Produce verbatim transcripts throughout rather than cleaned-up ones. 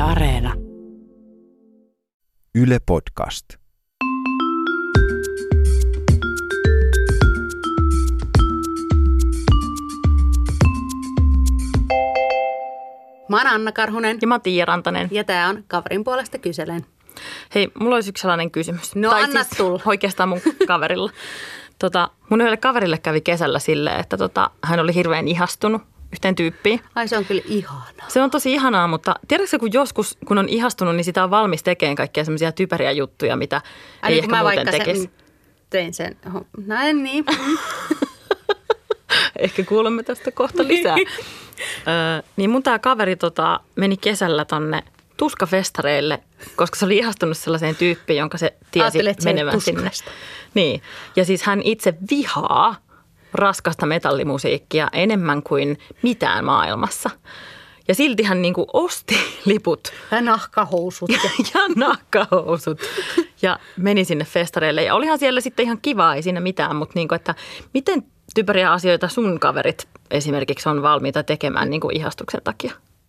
Areena. Yle Podcast. Mä oon Anna Karhunen. Ja mä oon Tiia Rantanen. Ja tää on Kaverin puolesta kyselen. Hei, mulla olisi yksi sellainen kysymys. No tai anna siis tulla. Oikeastaan mun kaverilla. Tota, mun yhdelle kaverille kävi kesällä silleen, että tota, hän oli hirveän ihastunut yhteen tyyppiin. Ai se on kyllä ihanaa. Se on tosi ihanaa, mutta tiedätkö kun joskus, kun on ihastunut, niin sitä on valmis tekemään kaikkia semmoisia typeriä juttuja, mitä Ai, ei kun ehkä mä muuten vaikka tekisi. Sen, tein sen. Näin niin. Ehkä kuulemme tästä kohta lisää. Ö, niin mun tää kaveri tota, meni kesällä tonne tuskafestareille, koska se oli ihastunut sellaiseen tyyppiin, jonka se tiesi Ajattelet, se menevän sinne. Niin. Ja siis hän itse vihaa raskasta metallimusiikkia enemmän kuin mitään maailmassa. Ja silti hän niinku osti liput. Ja nahkahousut. Ja, ja nahkahousut. Ja meni sinne festareille. Ja olihan siellä sitten ihan kivaa, ei siinä mitään. Mutta niinku, että miten typeriä asioita sun kaverit esimerkiksi on valmiita tekemään niinku ihastuksen takia?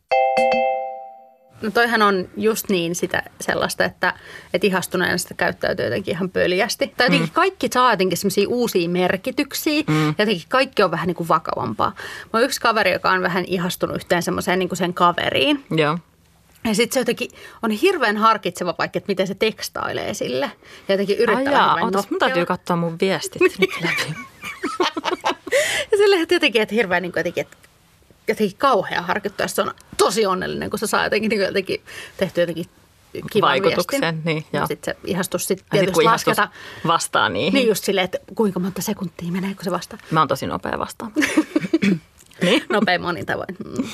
No toihan on just niin sitä sellaista, että, että ihastuneena sitä käyttäytyy jotenkin ihan pöljästi. Tai jotenkin mm. kaikki saa jotenkin semmoisia uusia merkityksiä mm. ja jotenkin kaikki on vähän niin kuin vakavampaa. Mä oon yksi kaveri, joka on vähän ihastunut yhteen semmoiseen niin kuin sen kaveriin. Joo. Ja sitten se jotenkin on hirveän harkitseva vaikka, että miten se tekstailee sille. Ja jotenkin yrittää Ai jaa, hirveän ootas, mun täytyy katsoa mun viestit nyt läpi. Ja silleen, että jotenkin, että hirveän niin kuin jotenkin, että jotenkin kauhean harkittu, ja se on tosi onnellinen, kun se saa jotenkin, niin jotenkin tehty jotenkin kivan vaikutuksen. viestin. Niin, ja sitten se ihastus sitten tietysti tietysti ihastus lasketa. vastaa niihin. Niin just silleen, että kuinka monta sekuntia menee, kun se vastaa. Mä oon tosi nopea vastaan. Niin. Nopea monin tavoin. Mm.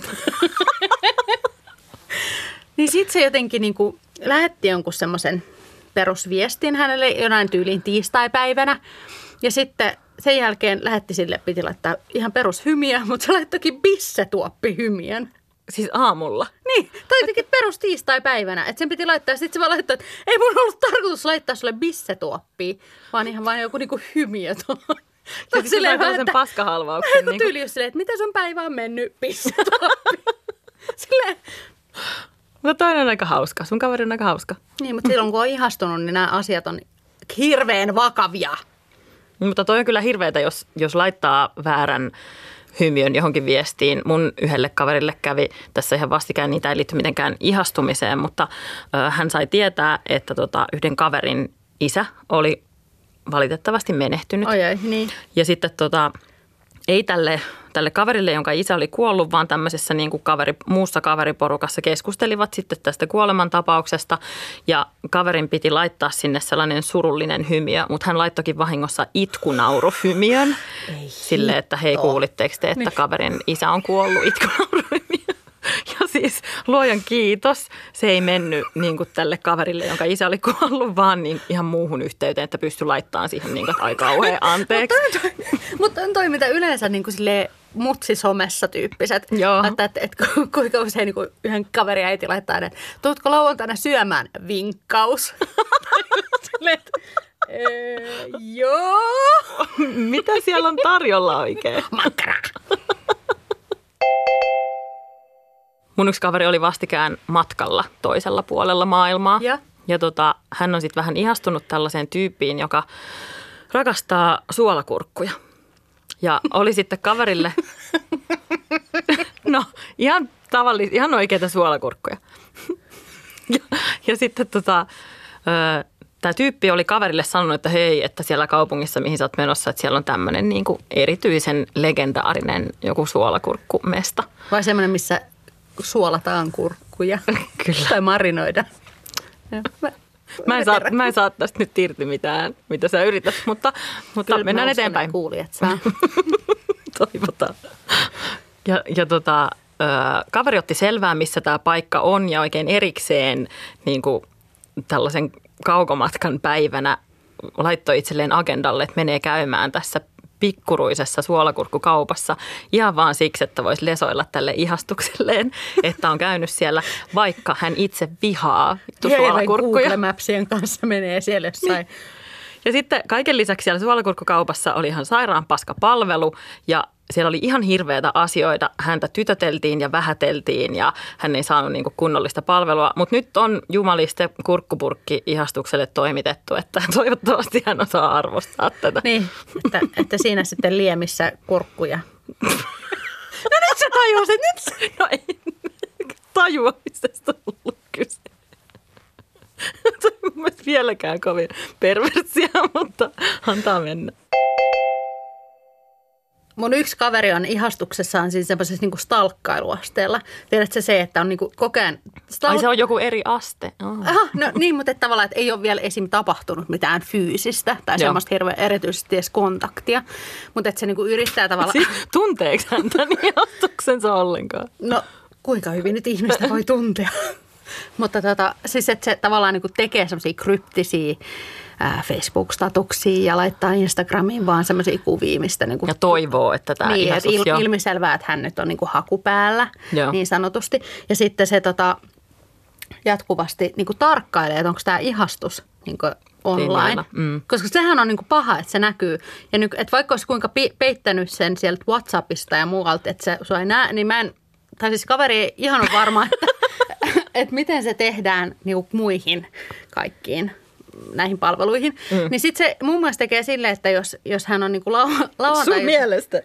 Niin sitten se jotenkin niin kuin lähetti jonkun semmoisen perusviestin hänelle jonain tyyliin tiistaipäivänä. Ja sitten sen jälkeen lähetti sille, piti laittaa ihan perushymiä, mutta se laittoikin bissetuoppihymiön. Siis aamulla? Niin, tai jotenkin perus tiistai-päivänä, että sen piti laittaa, sitten se vaan laittaa, että ei mun ollut tarkoitus laittaa sulle bissetuoppia, vaan ihan vaan joku niinku hymiö tuohon. Ja sitten se laittaa sen paskahalvauksen. Niin tyyli just silleen, että mitä sun päivä on mennyt, bissetuoppi. Silleen. Mutta toinen on aika hauska, sun kaveri on aika hauska. Niin, mutta silloin kun on ihastunut, niin nämä asiat on hirveän vakavia. Mutta toi on kyllä hirveätä, jos, jos laittaa väärän hymiön johonkin viestiin. Mun yhdelle kaverille kävi tässä ihan vastikään, niitä ei liitty mitenkään ihastumiseen, mutta ö, hän sai tietää, että tota, yhden kaverin isä oli valitettavasti menehtynyt. Oi, oi, niin. Ja sitten tota, ei tälle, tälle kaverille, jonka isä oli kuollut, vaan tämmöisessä niin kuin kaveri, muussa kaveriporukassa keskustelivat sitten tästä kuolemantapauksesta. Ja kaverin piti laittaa sinne sellainen surullinen hymiö, mutta hän laittokin vahingossa itkunauruhymiön. Silleen, että hei, kuulitteko te, että kaverin isä on kuollut, itkunauruhymiö. Ja siis luojan kiitos, se ei mennyt niin kuin tälle kaverille, jonka isä oli kuollut, vaan niin ihan muuhun yhteyteen, että pystyi laittamaan siihen niin kuin, ai kauhean anteeksi. Mutta on toi, mitä yleensä niin kuin silleen mutsisomessa tyyppiset. Joo. Että, että, että kuinka usein niin kuin yhden kaverin äiti laittaa ne, tuutko lauantaina syömään, vinkkaus. Silleen, että, ee, joo. Mitä siellä on tarjolla oikein? Makkara. Mun yksi kaveri oli vastikään matkalla toisella puolella maailmaa. Ja, ja tota, hän on sitten vähän ihastunut tällaiseen tyyppiin, joka rakastaa suolakurkkuja. Ja oli sitten kaverille, no ihan tavallisia, ihan oikeita suolakurkkuja. ja, ja sitten tota, tämä tyyppi oli kaverille sanonut, että hei, että siellä kaupungissa, mihin sä oot menossa, että siellä on tämmöinen niinku erityisen legendaarinen joku suolakurkkumesta. vai semmoinen, missä suolataan kurkkuja. Kyllä. Tai marinoida. Mä, Mä en, saa, mä en saa tästä nyt irti mitään, mitä sä yrität, mutta, mutta Kyllä mennään mä eteenpäin. Kuulijat saa. Toivotaan. Ja, ja tota, ö, kaveri otti selvää, missä tämä paikka on ja oikein erikseen niin kuin tällaisen kaukomatkan päivänä laittoi itselleen agendalle, että menee käymään tässä pikkuruisessa suolakurkkukaupassa ihan vaan siksi, että voisi lesoilla tälle ihastukselleen, että on käynyt siellä, vaikka hän itse vihaa suolakurkkuja. Google Mapsien kanssa menee siellä jossain. Niin. Ja sitten kaiken lisäksi siellä suolakurkkukaupassa oli ihan sairaan paska palvelu ja siellä oli ihan hirveätä asioita. Häntä tytöteltiin ja vähäteltiin ja hän ei saanut niin kuin kunnollista palvelua. Mutta nyt on jumaliste kurkkupurkki ihastukselle toimitettu, että toivottavasti hän osaa arvostaa tätä. Niin, että, että siinä sitten liemissä kurkkuja. No nyt sä tajusit, nyt sä... No ei tajuamisesta ollut kyse. Se ei mun mielestä vieläkään kovin perversia, mutta antaa mennä. Mun yksi kaveri on ihastuksessaan siis semmoisessa niinku stalkkailuasteella. Tiedätkö se, että on niinku koko ajan... Stalk... Ai se on joku eri aste. Oh. Aha, no niin, mutta että tavallaan, että ei ole vielä esim. Tapahtunut mitään fyysistä tai Joo. semmoista hirveän erityisesti edes kontaktia. Mutta että se niinku yrittää tavallaan... Siis, tunteeko hän tämän ihastuksensa ollenkaan? No kuinka hyvin nyt ihmistä voi tuntea. Mutta tota, siis että se tavallaan niinku tekee semmoisia kryptisiä Facebook-statuksia ja laittaa Instagramiin vaan semmoisia kuvia, mistä... Niin kuin, ja toivoo, että tämä niin, ihastus... Niin, il, ilmiselvää, että hän nyt on niin kuin hakupäällä, Joo. niin sanotusti. Ja sitten se tota, jatkuvasti niin kuin tarkkailee, että onko tämä ihastus niin kuin online. Mm. Koska sehän on niin kuin paha, että se näkyy. Ja nyt, että vaikka olisi kuinka pi- peittänyt sen sieltä WhatsAppista ja muualta, että se sua ei näe, niin mä en... Tai siis kaveri ei ihan ole varma, että, että miten se tehdään niin kuin muihin kaikkiin näihin palveluihin, mm. niin sitten se mun mielestä tekee silleen, että jos, jos hän on niinku lau- lauantai... Sun mielestä?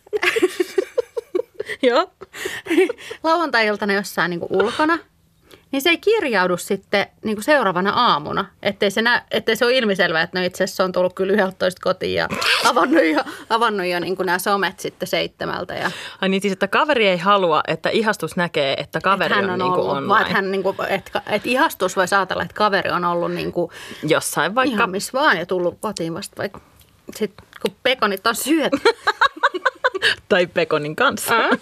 Joo. Lauantai-iltana jossain niinku ulkona, niin se ei kirjaudu sitten niinku seuraavana aamuna. Ettei se, nä- ettei se ole ilmiselvää, että no itse asiassa se on tullut kyllä yhdeltätoista kotiin ja avannut jo, avannut jo niinku nämä somet sitten seitsemältä. Ja... Ai niin siis, että kaveri ei halua, että ihastus näkee, että kaveri että on, on niinku ollut, online. Vaan että, hän niinku, että, että ihastus voisi ajatella, että kaveri on ollut niinku jossain vaikka... ihan missä vaan ja tullut kotiin vasta vaikka sitten kun pekonit on syöty. Tai pekonin kanssa. Äh?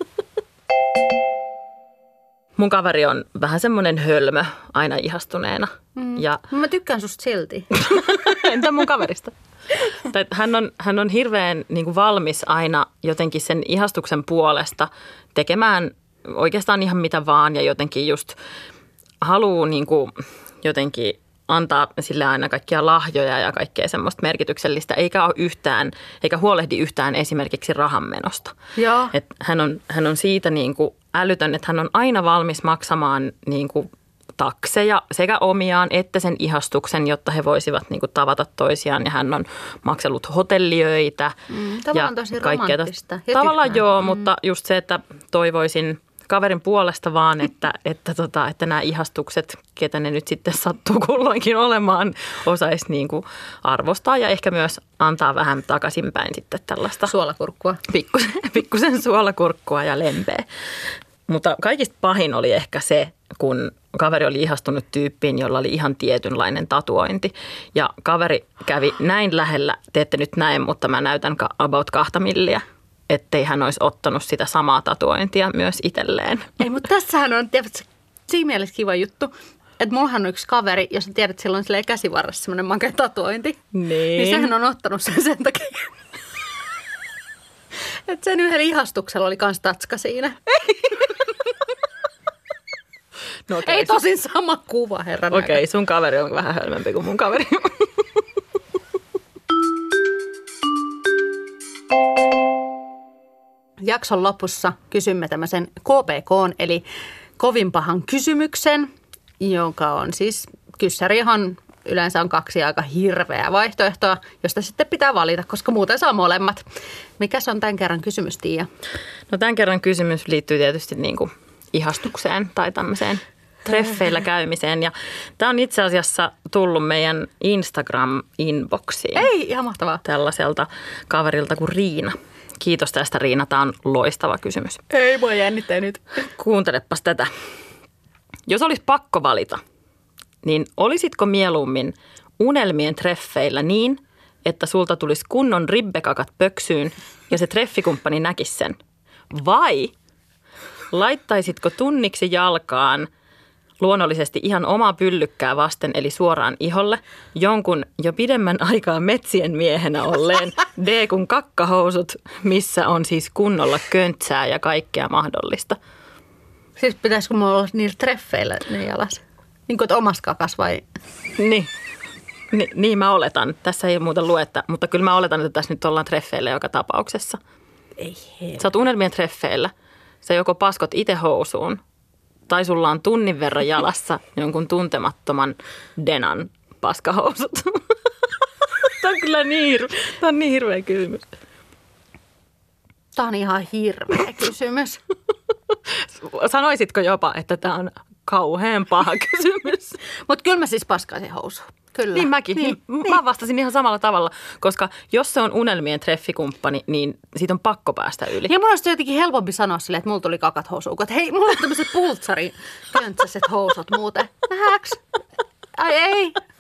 Mun kaveri on vähän semmoinen hölmö aina ihastuneena. Mm. Ja... Mä tykkään susta silti. Entä mun kaverista? Tai hän, on, hän on hirveän niin kuin valmis aina jotenkin sen ihastuksen puolesta tekemään oikeastaan ihan mitä vaan. Ja jotenkin just haluaa niin kuin jotenkin antaa sille aina kaikkia lahjoja ja kaikkea semmoista merkityksellistä. Eikä ole yhtään, eikä huolehdi yhtään esimerkiksi rahanmenosta. Joo. Et hän, on, hän on siitä niin kuin älytön, että hän on aina valmis maksamaan niin kuin takseja sekä omiaan että sen ihastuksen, jotta he voisivat niin kuin tavata toisiaan. Ja hän on maksellut hotelliöitä. Mm, tavallaan ja tosi romanttista. Tavallaan tyhmää. joo, mm. mutta just se, että toivoisin kaverin puolesta vaan, että, että, tota, että nämä ihastukset, ketä ne nyt sitten sattuu kulloinkin olemaan, osaisi niin kuin arvostaa ja ehkä myös antaa vähän takaisinpäin sitten tällaista suolakurkkua. Pikkusen, pikkusen suolakurkkua ja lempeä. Mutta kaikista pahin oli ehkä se, kun kaveri oli ihastunut tyyppiin, jolla oli ihan tietynlainen tatuointi. Ja kaveri kävi näin lähellä, te ette nyt näin, mutta mä näytän about kahta milliä, ettei hän olisi ottanut sitä samaa tatuointia myös itselleen. Ei, mutta tässähän on tiedätkö, siinä mielessä kiva juttu, että mullahan on yksi kaveri, jos sä tiedät, että sillä on käsivarressa semmoinen makea tatuointi. Niin. Niin sehän on ottanut sen sen takia. Että sen yhdellä ihastuksella oli kans tatska siinä. No okay, ei tosin sama kuva, herran Okei, okay, sun kaveri on vähän hölmempi kuin mun kaveri. Jakson lopussa kysymme tämmöisen K P K:n, eli kovin pahan kysymyksen, joka on siis kyssäri, johon yleensä on kaksi aika hirveää vaihtoehtoa, josta sitten pitää valita, koska muuten saa molemmat. Mikäs on tämän kerran kysymys, Tiia? No tämän kerran kysymys liittyy tietysti niin kuin ihastukseen tai tämmöiseen treffeillä käymiseen. Ja tämä on itse asiassa tullut meidän Instagram-inboxiin. Ei, ihan mahtavaa. Tällaiselta kaverilta kuin Riina. Kiitos tästä, Riina. Tämä on loistava kysymys. Ei voi jännittää nyt. Kuuntelepas tätä. Jos olisi pakko valita, niin olisitko mieluummin unelmien treffeillä niin, että sulta tulisi kunnon ribbekakat pöksyyn ja se treffikumppani näkisi sen? Vai laittaisitko tunniksi jalkaan luonnollisesti ihan omaa pyllykkää vasten, eli suoraan iholle, jonkun jo pidemmän aikaa metsien miehenä olleen D-kun kakkahousut, missä on siis kunnolla köntsää ja kaikkea mahdollista? Siis pitäisikö mulla olla niillä treffeillä ne jalas? Niin kuin omassa kakas vai? Niin. Ni, niin mä oletan. Tässä ei muuta luetta, mutta kyllä mä oletan, että tässä nyt ollaan treffeillä joka tapauksessa. Ei hei. Sä oot unelmien treffeillä. Sä joko paskot itse housuun tai sulla on tunnin verran jalassa jonkun tuntemattoman Denan paskahousut. Tämä on kyllä niin, hirve- Tämä on niin hirveä kysymys. Tämä on ihan hirveä kysymys. Sanoisitko jopa, että tämä on kauhean paha kysymys? Mutta kyllä mä siis paskaisin housuun. Kyllä. Niin mäkin. Niin, Niin, niin. mä vastasin ihan samalla tavalla, koska jos se on unelmien treffikumppani, niin siitä on pakko päästä yli. Ja mulla olisi jotenkin helpompi sanoa silleen, että mulla tuli kakat housuun. Että hei, mulla on tämmöiset pultsarin köntsäiset housut muuten. Nähäks? Ai ei.